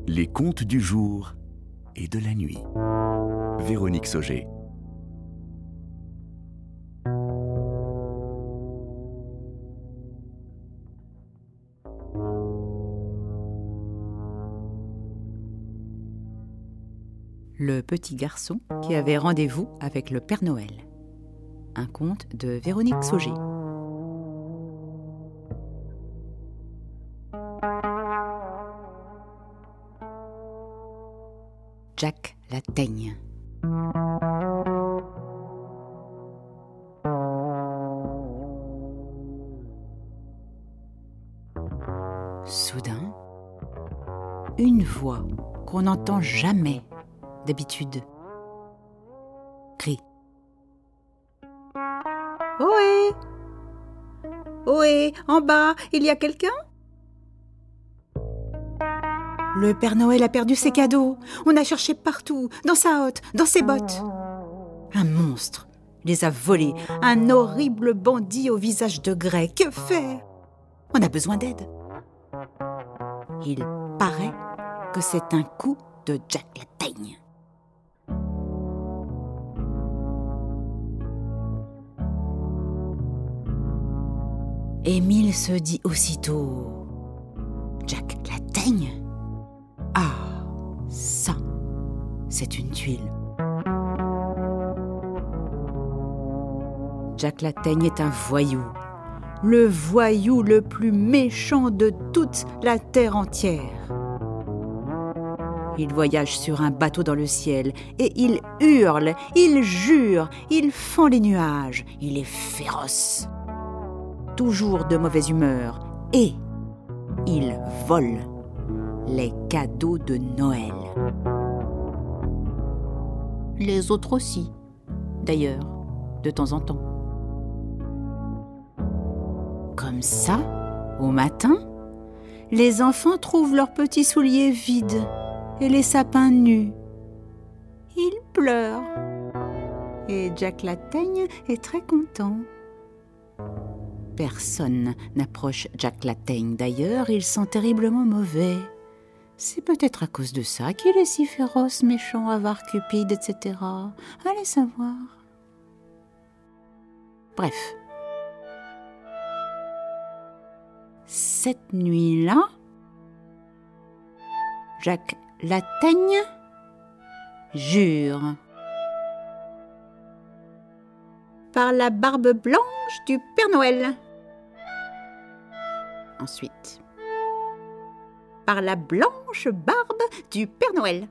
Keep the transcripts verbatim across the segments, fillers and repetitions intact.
Les contes du jour et de la nuit. Véronique Sauger. Le petit garçon qui avait rendez-vous avec le Père Noël. Un conte de Véronique Sauger. Jack la Teigne. Soudain, une voix qu'on n'entend jamais d'habitude crie. Ohé! Ohé! En bas, il y a quelqu'un? Le Père Noël a perdu ses cadeaux. On a cherché partout, dans sa hotte, dans ses bottes. Un monstre les a volés, un horrible bandit au visage de grès. Que faire? On a besoin d'aide. Il paraît que c'est un coup de Jack la Teigne. Émile se dit aussitôt: Jack la Teigne? Ah, ça, c'est une tuile. Jack la Teigne est un voyou, le voyou le plus méchant de toute la terre entière. Il voyage sur un bateau dans le ciel et il hurle, il jure, il fend les nuages, il est féroce. Toujours de mauvaise humeur et il vole les cadeaux de Noël. Les autres aussi, d'ailleurs, de temps en temps. Comme ça, au matin, les enfants trouvent leurs petits souliers vides et les sapins nus. Ils pleurent et Jack la Teigne est très content. Personne n'approche Jack la Teigne. D'ailleurs, il sent terriblement mauvais. C'est peut-être à cause de ça qu'il est si féroce, méchant, avare, cupide, et cetera. Allez savoir. Bref. Cette nuit-là, Jack la Teigne jure. Par la barbe blanche du Père Noël. Ensuite, par la blanche barbe du Père Noël.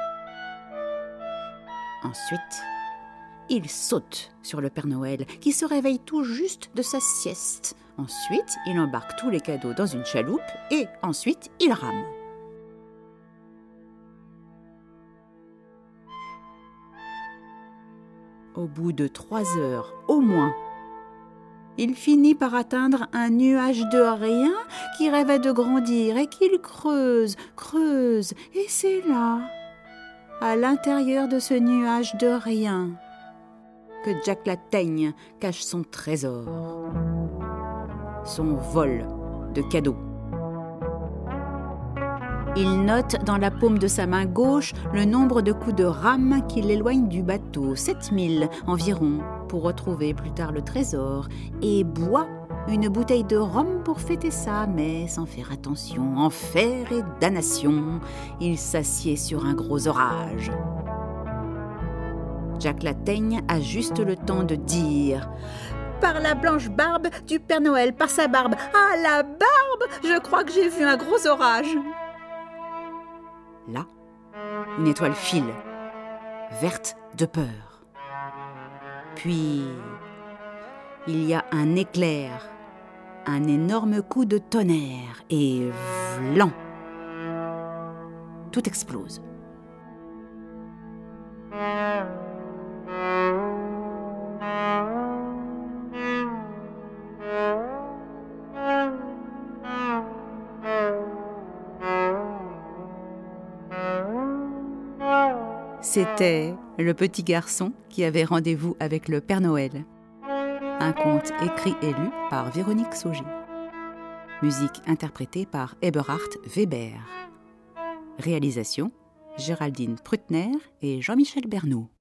Ensuite, il saute sur le Père Noël qui se réveille tout juste de sa sieste. Ensuite, il embarque tous les cadeaux dans une chaloupe et ensuite, il rame. Au bout de trois heures au moins, il finit par atteindre un nuage de rien qui rêvait de grandir et qu'il creuse, creuse. Et c'est là, à l'intérieur de ce nuage de rien, que Jack la Teigne cache son trésor, son vol de cadeaux. Il note dans la paume de sa main gauche le nombre de coups de rame qui l'éloignent du bateau, sept mille environ, pour retrouver plus tard le trésor, et boit une bouteille de rhum pour fêter ça, mais sans faire attention, enfer et damnation, il s'assied sur un gros orage. Jack la Teigne a juste le temps de dire: par la blanche barbe du Père Noël, par sa barbe. Ah, la barbe! Je crois que j'ai vu un gros orage. Là, une étoile file, verte de peur. Puis, il y a un éclair, un énorme coup de tonnerre, et vlan! Tout explose. C'était le petit garçon qui avait rendez-vous avec le Père Noël. Un conte écrit et lu par Véronique Sauger. Musique interprétée par Eberhard Weber. Réalisation Géraldine Prutner et Jean-Michel Bernot.